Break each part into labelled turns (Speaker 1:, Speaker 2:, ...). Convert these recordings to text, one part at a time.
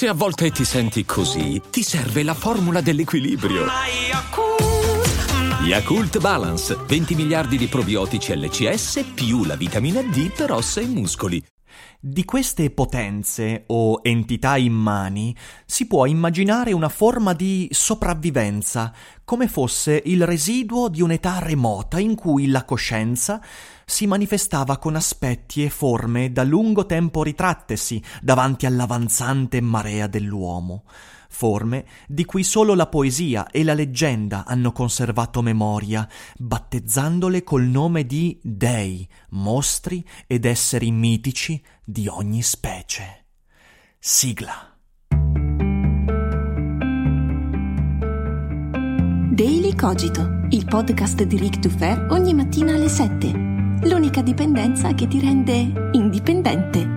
Speaker 1: Se a volte ti senti così, ti serve la formula dell'equilibrio. Yakult Balance, 20 miliardi di probiotici LCS più la vitamina D per ossa e muscoli.
Speaker 2: Di queste potenze o entità immani si può immaginare una forma di sopravvivenza, come fosse il residuo di un'età remota in cui la coscienza si manifestava con aspetti e forme da lungo tempo ritrattesi davanti all'avanzante marea dell'uomo. Forme di cui solo la poesia e la leggenda hanno conservato memoria, battezzandole col nome di dei, mostri ed esseri mitici di ogni specie. Sigla.
Speaker 3: Daily Cogito, il podcast di Ric Dufer ogni mattina alle 7. L'unica dipendenza che ti rende indipendente.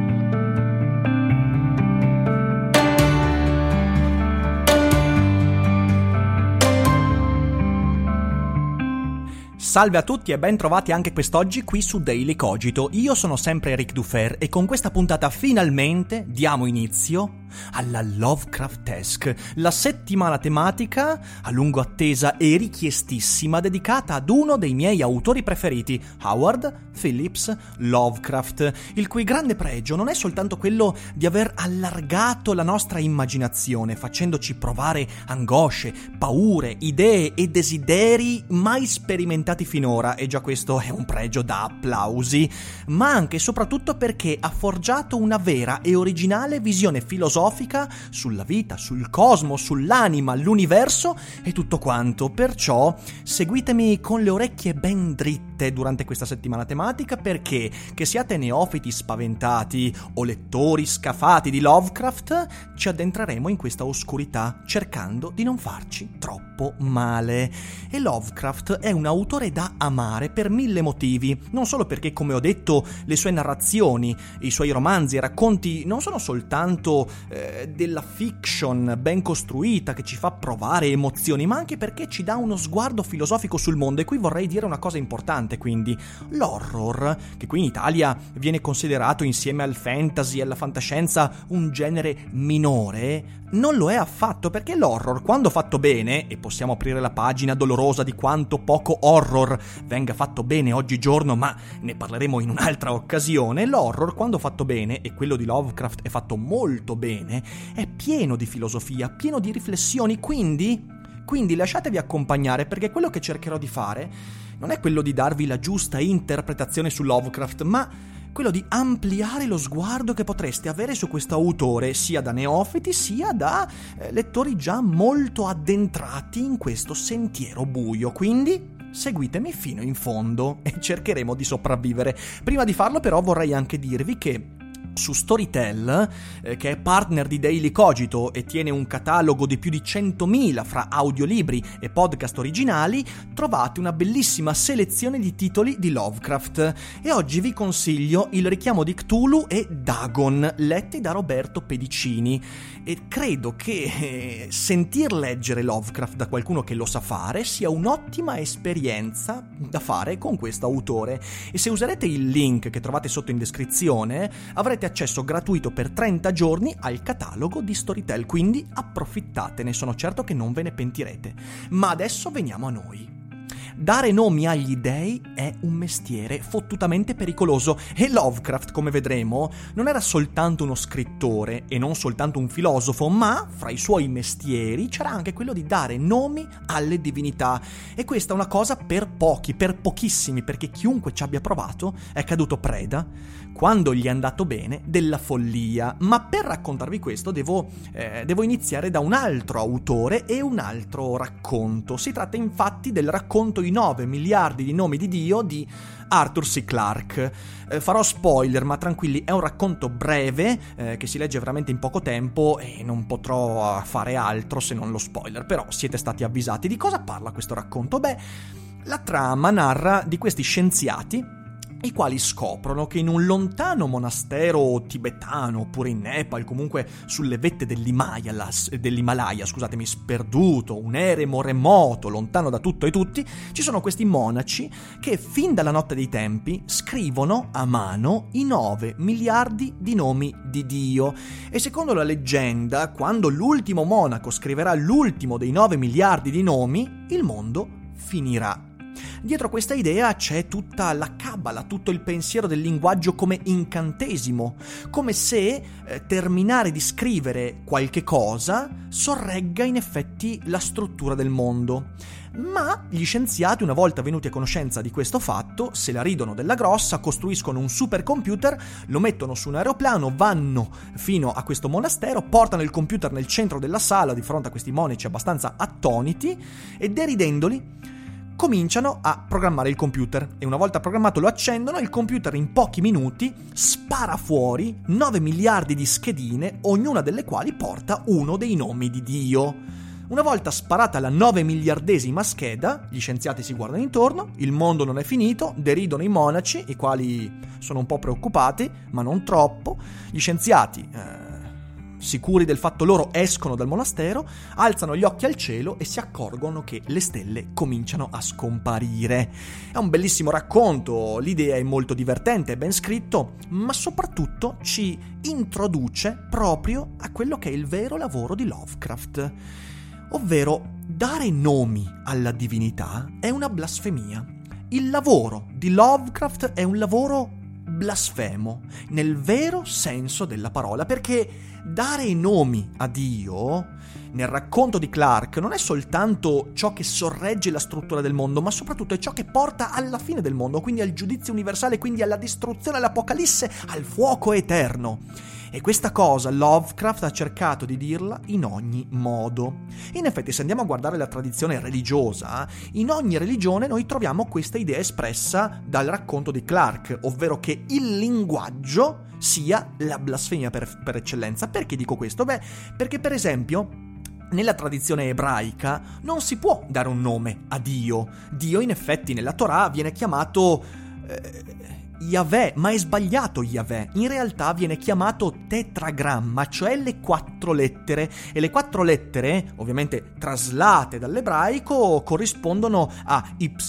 Speaker 2: Salve a tutti e ben trovati anche quest'oggi qui su Daily Cogito. Io sono sempre Ric Dufer e con questa puntata finalmente diamo inizio alla Lovecraftesque, la settimana tematica a lungo attesa e richiestissima dedicata ad uno dei miei autori preferiti, Howard Phillips Lovecraft, il cui grande pregio non è soltanto quello di aver allargato la nostra immaginazione, facendoci provare angosce, paure, idee e desideri mai sperimentati finora, e già questo è un pregio da applausi, ma anche e soprattutto perché ha forgiato una vera e originale visione filosofica sulla vita, sul cosmo, sull'anima, l'universo e tutto quanto. Perciò seguitemi con le orecchie ben dritte durante questa settimana tematica, perché che siate neofiti spaventati o lettori scafati di Lovecraft, ci addentreremo in questa oscurità cercando di non farci troppo male. E Lovecraft è un autore da amare per 1000 motivi, non solo perché, come ho detto, le sue narrazioni, i suoi romanzi e racconti non sono soltanto della fiction ben costruita che ci fa provare emozioni, ma anche perché ci dà uno sguardo filosofico sul mondo. E qui vorrei dire una cosa importante, quindi l'horror, che qui in Italia viene considerato insieme al fantasy e alla fantascienza un genere minore, non lo è affatto, perché l'horror, quando fatto bene, e possiamo aprire la pagina dolorosa di quanto poco horror venga fatto bene oggigiorno, ma ne parleremo in un'altra occasione, l'horror quando fatto bene, e quello di Lovecraft è fatto molto bene, è pieno di filosofia, pieno di riflessioni, quindi lasciatevi accompagnare, perché quello che cercherò di fare non è quello di darvi la giusta interpretazione su Lovecraft, ma quello di ampliare lo sguardo che potreste avere su questo autore, sia da neofiti sia da lettori già molto addentrati in questo sentiero buio. Quindi seguitemi fino in fondo e cercheremo di sopravvivere. Prima di farlo però vorrei anche dirvi che su Storytel, che è partner di Daily Cogito e tiene un catalogo di più di 100.000 fra audiolibri e podcast originali, trovate una bellissima selezione di titoli di Lovecraft. E oggi vi consiglio Il richiamo di Cthulhu e Dagon, letti da Roberto Pedicini. E credo che sentir leggere Lovecraft da qualcuno che lo sa fare sia un'ottima esperienza da fare con questo autore. E se userete il link che trovate sotto in descrizione, avrete accesso gratuito per 30 giorni al catalogo di Storytel, quindi approfittatene, sono certo che non ve ne pentirete. Ma adesso veniamo a noi. Dare nomi agli dei è un mestiere fottutamente pericoloso e Lovecraft, come vedremo, non era soltanto uno scrittore e non soltanto un filosofo, ma fra i suoi mestieri c'era anche quello di dare nomi alle divinità. E questa è una cosa per pochi, per pochissimi, perché chiunque ci abbia provato è caduto preda, quando gli è andato bene, della follia. Ma per raccontarvi questo devo iniziare da un altro autore e un altro racconto. Si tratta infatti del racconto I 9 miliardi di nomi di Dio di Arthur C. Clarke. Farò spoiler, ma tranquilli, è un racconto breve che si legge veramente in poco tempo e non potrò fare altro se non lo spoiler, però siete stati avvisati. Di cosa parla questo racconto? Beh, la trama narra di questi scienziati i quali scoprono che in un lontano monastero tibetano, oppure in Nepal, comunque sulle vette dell'Himalaya, sperduto, un eremo remoto, lontano da tutto e tutti, ci sono questi monaci che fin dalla notte dei tempi scrivono a mano i 9 miliardi di nomi di Dio. E secondo la leggenda, quando l'ultimo monaco scriverà l'ultimo dei 9 miliardi di nomi, il mondo finirà. Dietro questa idea c'è tutta la cabala, tutto il pensiero del linguaggio come incantesimo, come se terminare di scrivere qualche cosa sorregga in effetti la struttura del mondo. Ma gli scienziati, una volta venuti a conoscenza di questo fatto, se la ridono della grossa, costruiscono un supercomputer, lo mettono su un aeroplano, vanno fino a questo monastero, portano il computer nel centro della sala di fronte a questi monaci abbastanza attoniti e, deridendoli, cominciano a programmare il computer. E una volta programmato lo accendono, il computer in pochi minuti spara fuori 9 miliardi di schedine, ognuna delle quali porta uno dei nomi di Dio. Una volta sparata la 9 miliardesima scheda, gli scienziati si guardano intorno, il mondo non è finito, deridono i monaci, i quali sono un po' preoccupati, ma non troppo. Gli scienziati, sicuri del fatto loro, escono dal monastero, alzano gli occhi al cielo e si accorgono che le stelle cominciano a scomparire. È un bellissimo racconto, l'idea è molto divertente, è ben scritto, ma soprattutto ci introduce proprio a quello che è il vero lavoro di Lovecraft. Ovvero, dare nomi alla divinità è una blasfemia. Il lavoro di Lovecraft è un lavoro blasfemo, nel vero senso della parola, perché dare i nomi a Dio, nel racconto di Clarke, non è soltanto ciò che sorregge la struttura del mondo, ma soprattutto è ciò che porta alla fine del mondo, quindi al giudizio universale, quindi alla distruzione, all'apocalisse, al fuoco eterno. E questa cosa Lovecraft ha cercato di dirla in ogni modo. In effetti, se andiamo a guardare la tradizione religiosa, in ogni religione noi troviamo questa idea espressa dal racconto di Clarke, ovvero che il linguaggio sia la blasfemia per eccellenza. Perché dico questo? Beh, perché per esempio nella tradizione ebraica non si può dare un nome a Dio. Dio in effetti nella Torah viene chiamato Yahweh, ma è sbagliato Yahweh. In realtà viene chiamato tetragramma, cioè le 4 lettere. E le 4 lettere, ovviamente traslate dall'ebraico, corrispondono a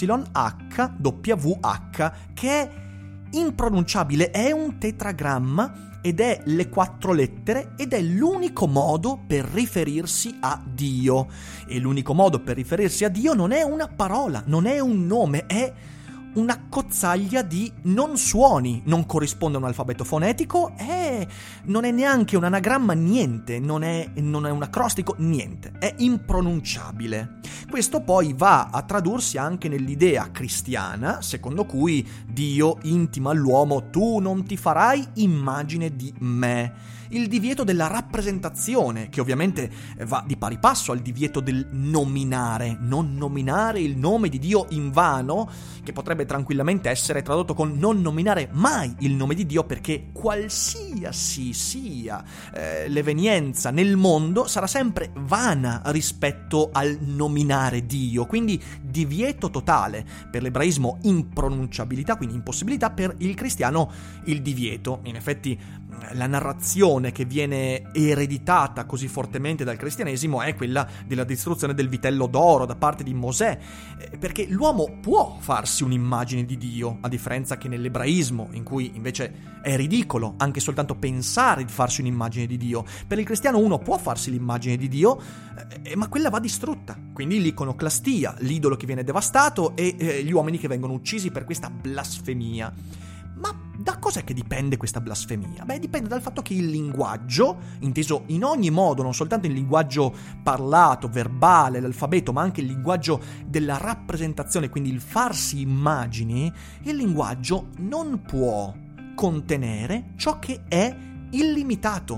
Speaker 2: YHWH, che è impronunciabile, è un tetragramma ed è le 4 lettere ed è l'unico modo per riferirsi a Dio. E l'unico modo per riferirsi a Dio non è una parola, non è un nome, è una cozzaglia di non suoni, non corrisponde a un alfabeto fonetico, non è neanche un anagramma, niente, non è un acrostico, niente, è impronunciabile. Questo poi va a tradursi anche nell'idea cristiana, secondo cui Dio intima all'uomo: tu non ti farai immagine di me. Il divieto della rappresentazione, che ovviamente va di pari passo al divieto del nominare, non nominare il nome di Dio invano, che potrebbe tranquillamente essere tradotto con non nominare mai il nome di Dio, perché qualsiasi sia l'evenienza nel mondo sarà sempre vana rispetto al nominare Dio. Quindi divieto totale per l'ebraismo, impronunciabilità, quindi impossibilità; per il cristiano il divieto. In effetti la narrazione che viene ereditata così fortemente dal cristianesimo è quella della distruzione del vitello d'oro da parte di Mosè, perché l'uomo può farsi un'immagine di Dio, a differenza che nell'ebraismo, in cui invece è ridicolo anche soltanto pensare di farsi un'immagine di Dio. Per il cristiano uno può farsi l'immagine di Dio, ma quella va distrutta. Quindi l'iconoclastia, l'idolo che viene devastato e gli uomini che vengono uccisi per questa blasfemia. Ma da cos'è che dipende questa blasfemia? Beh, dipende dal fatto che il linguaggio, inteso in ogni modo, non soltanto il linguaggio parlato, verbale, l'alfabeto, ma anche il linguaggio della rappresentazione, quindi il farsi immagini, il linguaggio non può contenere ciò che è illimitato.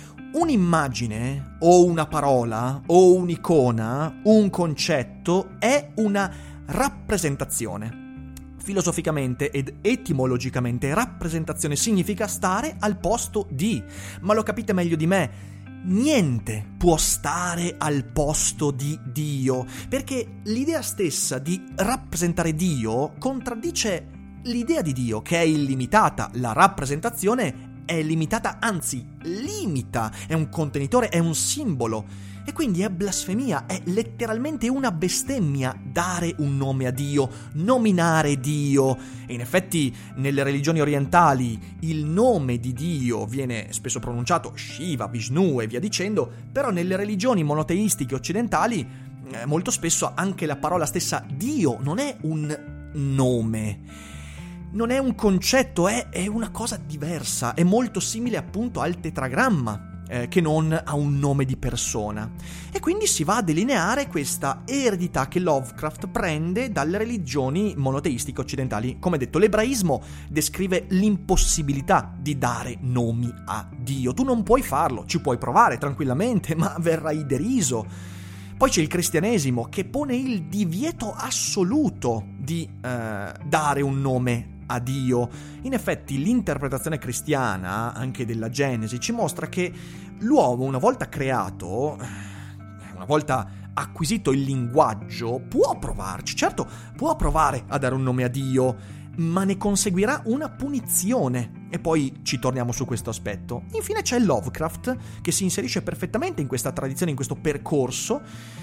Speaker 2: Un'immagine, o una parola, o un'icona, un concetto, è una rappresentazione. Filosoficamente ed etimologicamente rappresentazione significa stare al posto di, ma lo capite meglio di me, niente può stare al posto di Dio, perché l'idea stessa di rappresentare Dio contraddice l'idea di Dio, che è illimitata, la rappresentazione è limitata, anzi limita, è un contenitore, è un simbolo. E quindi è blasfemia, è letteralmente una bestemmia dare un nome a Dio, nominare Dio. E in effetti nelle religioni orientali il nome di Dio viene spesso pronunciato Shiva, Vishnu e via dicendo, però nelle religioni monoteistiche occidentali molto spesso anche la parola stessa Dio non è un nome, non è un concetto, è una cosa diversa, è molto simile appunto al tetragramma. Che non a un nome di persona. E quindi si va a delineare questa eredità che Lovecraft prende dalle religioni monoteistiche occidentali. Come detto, l'ebraismo descrive l'impossibilità di dare nomi a Dio. Tu non puoi farlo, ci puoi provare tranquillamente, ma verrai deriso. Poi c'è il cristianesimo che pone il divieto assoluto di dare un nome a Dio. In effetti l'interpretazione cristiana, anche della Genesi, ci mostra che l'uomo, una volta creato, una volta acquisito il linguaggio, può provarci, certo, può provare a dare un nome a Dio, ma ne conseguirà una punizione. E poi ci torniamo su questo aspetto. Infine c'è Lovecraft, che si inserisce perfettamente in questa tradizione, in questo percorso,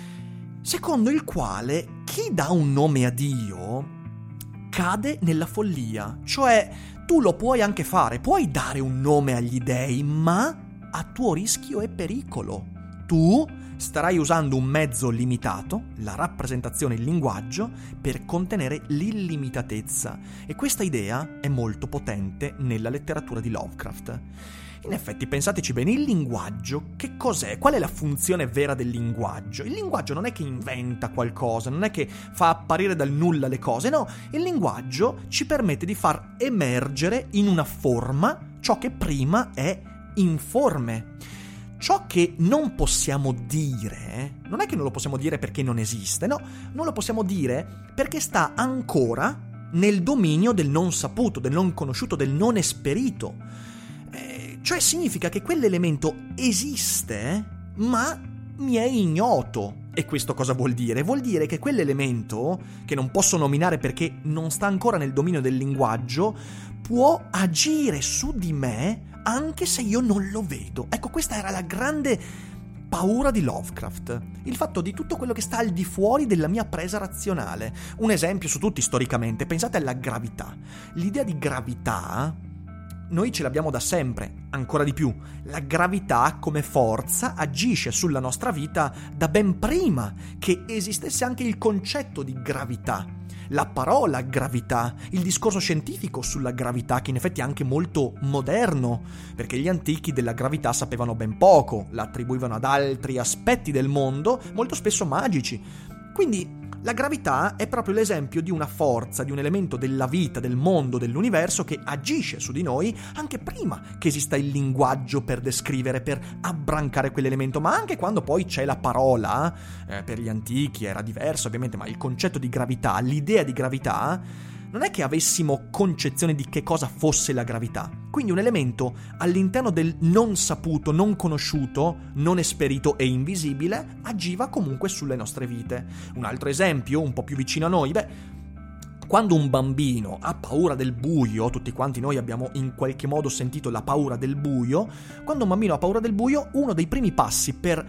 Speaker 2: secondo il quale chi dà un nome a Dio cade nella follia. Cioè, tu lo puoi anche fare, puoi dare un nome agli dei, ma a tuo rischio e pericolo. Tu starai usando un mezzo limitato, la rappresentazione, il linguaggio, per contenere l'illimitatezza. E questa idea è molto potente nella letteratura di Lovecraft. In effetti, pensateci bene, il linguaggio che cos'è? Qual è la funzione vera del linguaggio? Il linguaggio non è che inventa qualcosa, non è che fa apparire dal nulla le cose, no, il linguaggio ci permette di far emergere in una forma ciò che prima è informe. Ciò che non possiamo dire, non è che non lo possiamo dire perché non esiste, no, non lo possiamo dire perché sta ancora nel dominio del non saputo, del non conosciuto, del non esperito. Cioè significa che quell'elemento esiste, ma mi è ignoto. E questo cosa vuol dire? Vuol dire che quell'elemento, che non posso nominare perché non sta ancora nel dominio del linguaggio, può agire su di me anche se io non lo vedo. Ecco, questa era la grande paura di Lovecraft, il fatto di tutto quello che sta al di fuori della mia presa razionale. Un esempio su tutti storicamente, pensate alla gravità. L'idea di gravità noi ce l'abbiamo da sempre, ancora di più. La gravità come forza agisce sulla nostra vita da ben prima che esistesse anche il concetto di gravità. La parola gravità, il discorso scientifico sulla gravità, che in effetti è anche molto moderno, perché gli antichi della gravità sapevano ben poco, la attribuivano ad altri aspetti del mondo, molto spesso magici. Quindi la gravità è proprio l'esempio di una forza, di un elemento della vita, del mondo, dell'universo che agisce su di noi anche prima che esista il linguaggio per descrivere, per abbrancare quell'elemento, ma anche quando poi c'è la parola. Per gli antichi era diverso ovviamente, ma il concetto di gravità, l'idea di gravità, non è che avessimo concezione di che cosa fosse la gravità. Quindi un elemento all'interno del non saputo, non conosciuto, non esperito e invisibile agiva comunque sulle nostre vite. Un altro esempio, un po' più vicino a noi, quando un bambino ha paura del buio, tutti quanti noi abbiamo in qualche modo sentito la paura del buio, quando un bambino ha paura del buio, uno dei primi passi per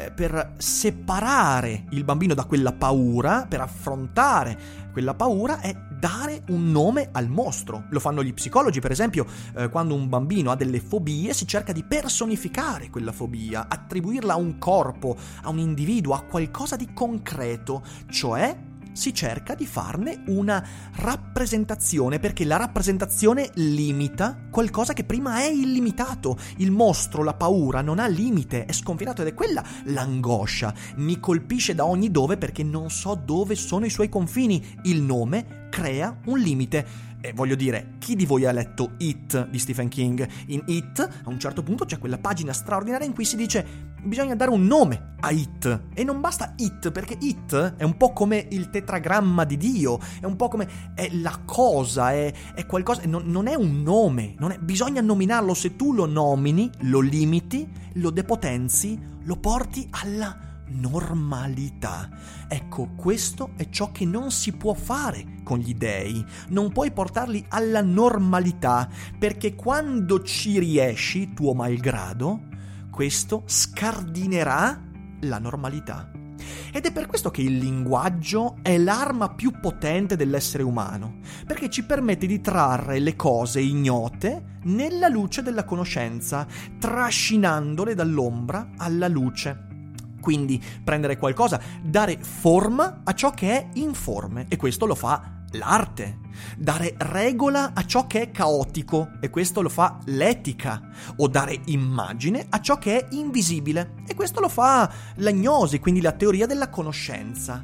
Speaker 2: separare il bambino da quella paura, per affrontare quella paura, è dare un nome al mostro. Lo fanno gli psicologi, per esempio, quando un bambino ha delle fobie si cerca di personificare quella fobia, attribuirla a un corpo, a un individuo, a qualcosa di concreto, cioè si cerca di farne una rappresentazione, perché la rappresentazione limita qualcosa che prima è illimitato. Il mostro, la paura, non ha limite, è sconfinato, ed è quella l'angoscia. Mi colpisce da ogni dove perché non so dove sono i suoi confini. Il nome crea un limite. E voglio dire, chi di voi ha letto It di Stephen King? In It, a un certo punto c'è quella pagina straordinaria in cui si dice bisogna dare un nome a It. E non basta It, perché It è un po' come il tetragramma di Dio, è un po' come è la cosa, è qualcosa, non è un nome, bisogna nominarlo. Se tu lo nomini, lo limiti, lo depotenzi, lo porti alla normalità. Ecco, questo è ciò che non si può fare con gli dei. Non puoi portarli alla normalità, perché quando ci riesci, tuo malgrado, questo scardinerà la normalità. Ed è per questo che il linguaggio è l'arma più potente dell'essere umano, perché ci permette di trarre le cose ignote nella luce della conoscenza, trascinandole dall'ombra alla luce. Quindi prendere qualcosa, dare forma a ciò che è informe, e questo lo fa l'arte. Dare regola a ciò che è caotico, e questo lo fa l'etica. O dare immagine a ciò che è invisibile, e questo lo fa l'agnosi, quindi la teoria della conoscenza.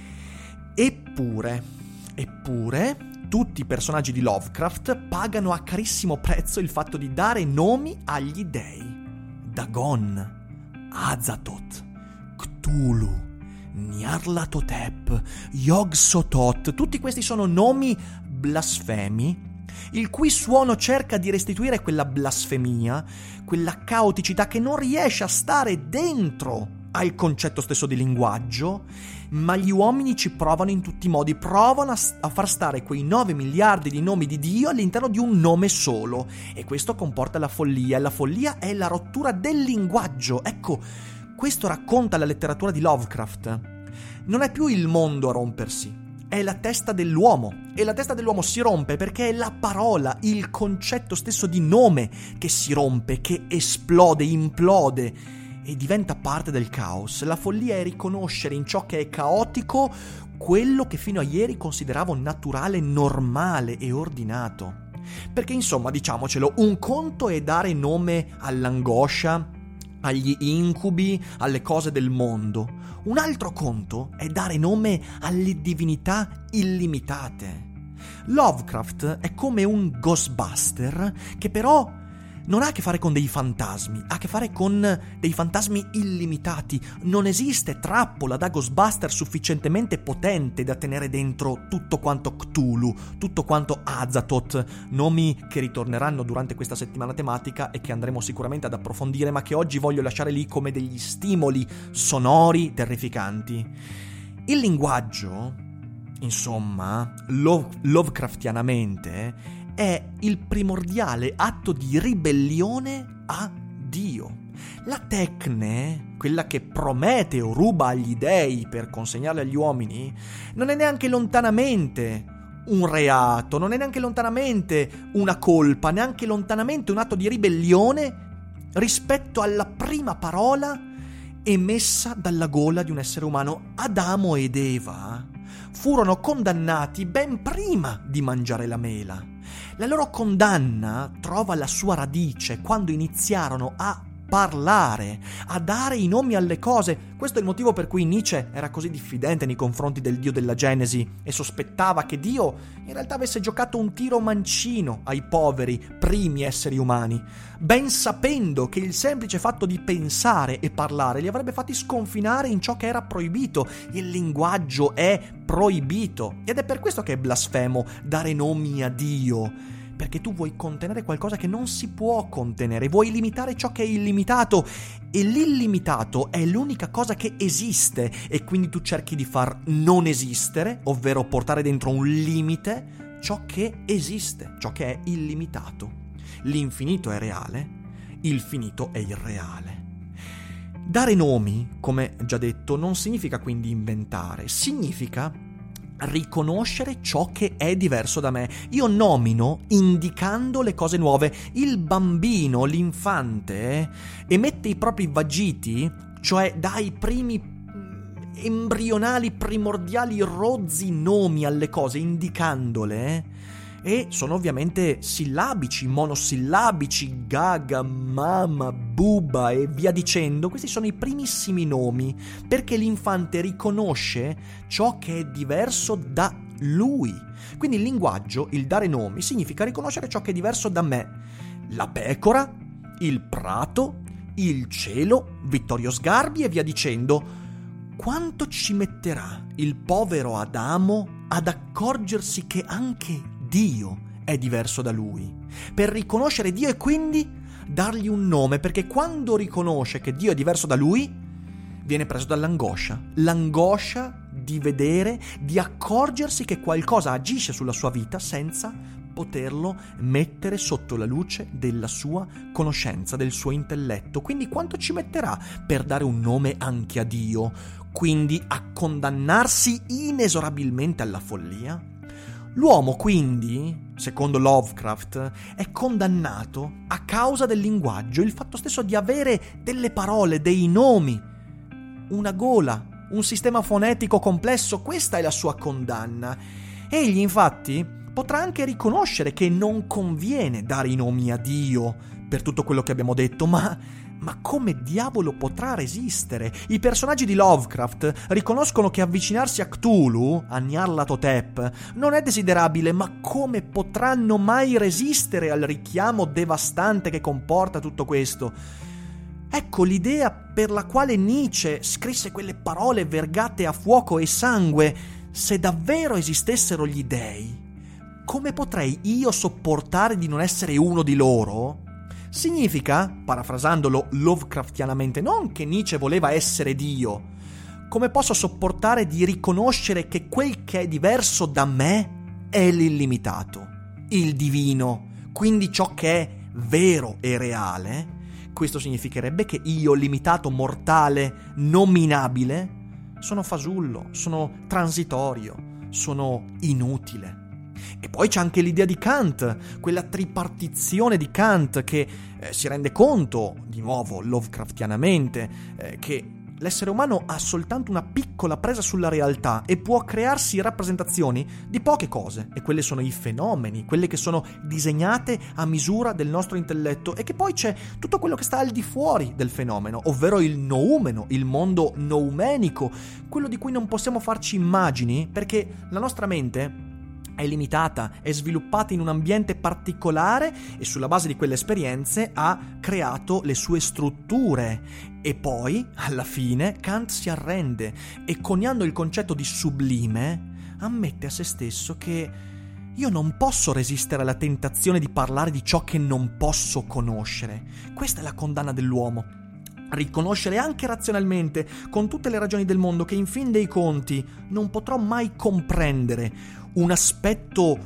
Speaker 2: Eppure, tutti i personaggi di Lovecraft pagano a carissimo prezzo il fatto di dare nomi agli dei. Dagon, Azathoth, Cthulhu, Nyarlathotep, Yog-Sothoth, tutti questi sono nomi blasfemi, il cui suono cerca di restituire quella blasfemia, quella caoticità che non riesce a stare dentro al concetto stesso di linguaggio, ma gli uomini ci provano in tutti i modi, provano a far stare quei 9 miliardi di nomi di Dio all'interno di un nome solo, e questo comporta la follia, e la follia è la rottura del linguaggio. Ecco, questo racconta la letteratura di Lovecraft. Non è più il mondo a rompersi, è la testa dell'uomo. E la testa dell'uomo si rompe perché è la parola, il concetto stesso di nome che si rompe, che esplode, implode e diventa parte del caos. La follia è riconoscere in ciò che è caotico quello che fino a ieri consideravo naturale, normale e ordinato. Perché insomma, diciamocelo, un conto è dare nome all'angoscia, agli incubi, alle cose del mondo. Un altro conto è dare nome alle divinità illimitate. Lovecraft è come un Ghostbuster che però non ha a che fare con dei fantasmi, ha a che fare con dei fantasmi illimitati. Non esiste trappola da Ghostbuster sufficientemente potente da tenere dentro tutto quanto Cthulhu, tutto quanto Azathoth, nomi che ritorneranno durante questa settimana tematica e che andremo sicuramente ad approfondire, ma che oggi voglio lasciare lì come degli stimoli sonori terrificanti. Il linguaggio, insomma, Lovecraftianamente, è il primordiale atto di ribellione a Dio. La tecne, quella che Prometeo ruba agli dei per consegnarla agli uomini, non è neanche lontanamente un reato, non è neanche lontanamente una colpa, neanche lontanamente un atto di ribellione rispetto alla prima parola emessa dalla gola di un essere umano. Adamo ed Eva furono condannati ben prima di mangiare la mela. La loro condanna trova la sua radice quando iniziarono a parlare, a dare i nomi alle cose. Questo è il motivo per cui Nietzsche era così diffidente nei confronti del Dio della Genesi e sospettava che Dio in realtà avesse giocato un tiro mancino ai poveri primi esseri umani, ben sapendo che il semplice fatto di pensare e parlare li avrebbe fatti sconfinare in ciò che era proibito. Il linguaggio è proibito ed è per questo che è blasfemo dare nomi a Dio, perché tu vuoi contenere qualcosa che non si può contenere, vuoi limitare ciò che è illimitato, e l'illimitato è l'unica cosa che esiste, e quindi tu cerchi di far non esistere, ovvero portare dentro un limite ciò che esiste, ciò che è illimitato. L'infinito è reale, il finito è irreale. Dare nomi, come già detto, non significa quindi inventare, significa riconoscere ciò che è diverso da me. Io nomino indicando le cose nuove. Il bambino, l'infante, emette i propri vagiti, cioè dà i primi embrionali, primordiali rozzi nomi alle cose, indicandole, e sono ovviamente sillabici, monosillabici, gaga, mama, buba e via dicendo. Questi sono i primissimi nomi, perché l'infante riconosce ciò che è diverso da lui. Quindi il linguaggio, il dare nomi, significa riconoscere ciò che è diverso da me. La pecora, il prato, il cielo, Vittorio Sgarbi e via dicendo. Quanto ci metterà il povero Adamo ad accorgersi che anche Dio è diverso da lui, per riconoscere Dio e quindi dargli un nome, perché quando riconosce che Dio è diverso da lui, viene preso dall'angoscia. L'angoscia di vedere, di accorgersi che qualcosa agisce sulla sua vita senza poterlo mettere sotto la luce della sua conoscenza, del suo intelletto. Quindi quanto ci metterà per dare un nome anche a Dio? Quindi a condannarsi inesorabilmente alla follia? L'uomo quindi, secondo Lovecraft, è condannato a causa del linguaggio, il fatto stesso di avere delle parole, dei nomi, una gola, un sistema fonetico complesso. Questa è la sua condanna. Egli infatti potrà anche riconoscere che non conviene dare i nomi a Dio per tutto quello che abbiamo detto, ma come diavolo potrà resistere? I personaggi di Lovecraft riconoscono che avvicinarsi a Cthulhu, a Nyarlathotep, non è desiderabile, ma come potranno mai resistere al richiamo devastante che comporta tutto questo? Ecco l'idea per la quale Nietzsche scrisse quelle parole vergate a fuoco e sangue. Se davvero esistessero gli dei, come potrei io sopportare di non essere uno di loro? Significa, parafrasandolo Lovecraftianamente, non che Nietzsche voleva essere Dio. Come posso sopportare di riconoscere che quel che è diverso da me è l'illimitato, il divino, quindi ciò che è vero e reale? Questo significherebbe che io, limitato, mortale, nominabile, sono fasullo, sono transitorio, sono inutile. E poi c'è anche l'idea di Kant, quella tripartizione di Kant che si rende conto, di nuovo Lovecraftianamente, che l'essere umano ha soltanto una piccola presa sulla realtà e può crearsi rappresentazioni di poche cose, e quelle sono i fenomeni, quelle che sono disegnate a misura del nostro intelletto, e che poi c'è tutto quello che sta al di fuori del fenomeno, ovvero il noumeno, il mondo noumenico, quello di cui non possiamo farci immagini perché la nostra mente è limitata, è sviluppata in un ambiente particolare e sulla base di quelle esperienze ha creato le sue strutture. E poi, alla fine, Kant si arrende e, coniando il concetto di sublime, ammette a se stesso che io non posso resistere alla tentazione di parlare di ciò che non posso conoscere. Questa è la condanna dell'uomo. Riconoscere anche razionalmente, con tutte le ragioni del mondo, che in fin dei conti non potrò mai comprendere un aspetto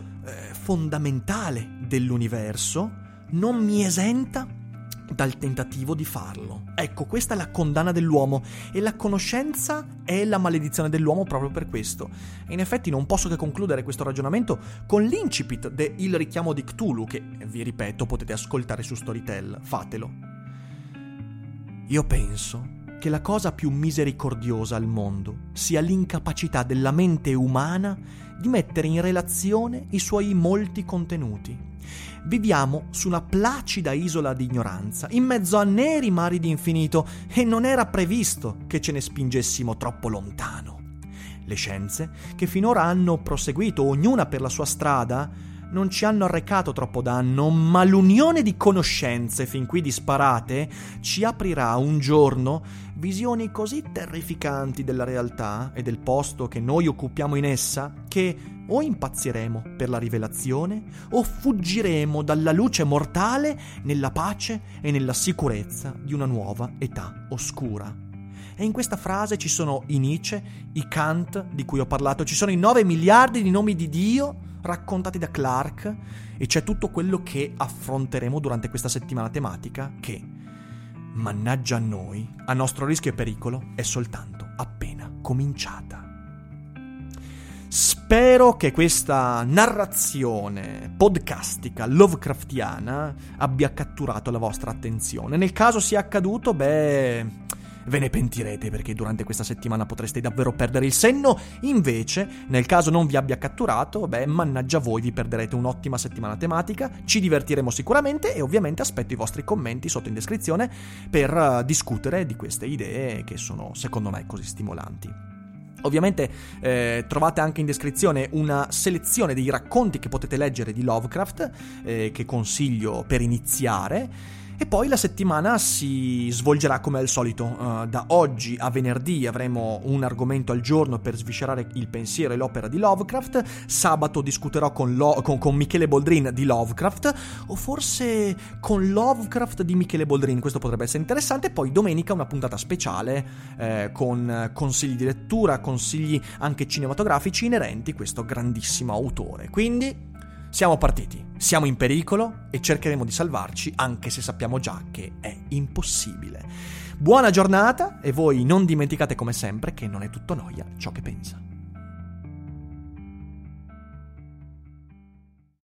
Speaker 2: fondamentale dell'universo, non mi esenta dal tentativo di farlo. Ecco, questa è la condanna dell'uomo, e la conoscenza è la maledizione dell'uomo proprio per questo. E in effetti non posso che concludere questo ragionamento con l'incipit de Il richiamo di Cthulhu, che, vi ripeto, potete ascoltare su Storytel, fatelo. Io penso che la cosa più misericordiosa al mondo sia l'incapacità della mente umana di mettere in relazione i suoi molti contenuti. Viviamo su una placida isola di ignoranza, in mezzo a neri mari di infinito, e non era previsto che ce ne spingessimo troppo lontano. Le scienze, che finora hanno proseguito ognuna per la sua strada, non ci hanno arrecato troppo danno, ma l'unione di conoscenze fin qui disparate ci aprirà un giorno visioni così terrificanti della realtà e del posto che noi occupiamo in essa, che o impazziremo per la rivelazione o fuggiremo dalla luce mortale nella pace e nella sicurezza di una nuova età oscura. E in questa frase ci sono i Nietzsche, i Kant di cui ho parlato, ci sono i 9 miliardi di nomi di Dio raccontati da Clark, e c'è tutto quello che affronteremo durante questa settimana tematica che, mannaggia a noi, a nostro rischio e pericolo, è soltanto appena cominciata. Spero che questa narrazione podcastica Lovecraftiana abbia catturato la vostra attenzione. Nel caso sia accaduto, ve ne pentirete, perché durante questa settimana potreste davvero perdere il senno. Invece, nel caso non vi abbia catturato, mannaggia voi, vi perderete un'ottima settimana tematica. Ci divertiremo sicuramente, e ovviamente aspetto i vostri commenti sotto in descrizione per discutere di queste idee che sono, secondo me, così stimolanti. Ovviamente trovate anche in descrizione una selezione dei racconti che potete leggere di Lovecraft, che consiglio per iniziare. E poi la settimana si svolgerà come al solito. Da oggi a venerdì avremo un argomento al giorno per sviscerare il pensiero e l'opera di Lovecraft. Sabato discuterò con Michele Boldrin di Lovecraft, o forse con Lovecraft di Michele Boldrin, questo potrebbe essere interessante. Poi domenica una puntata speciale con consigli di lettura, consigli anche cinematografici inerenti a questo grandissimo autore. Quindi siamo partiti, siamo in pericolo e cercheremo di salvarci, anche se sappiamo già che è impossibile. Buona giornata, e voi non dimenticate come sempre che non è tutto noia ciò che pensa.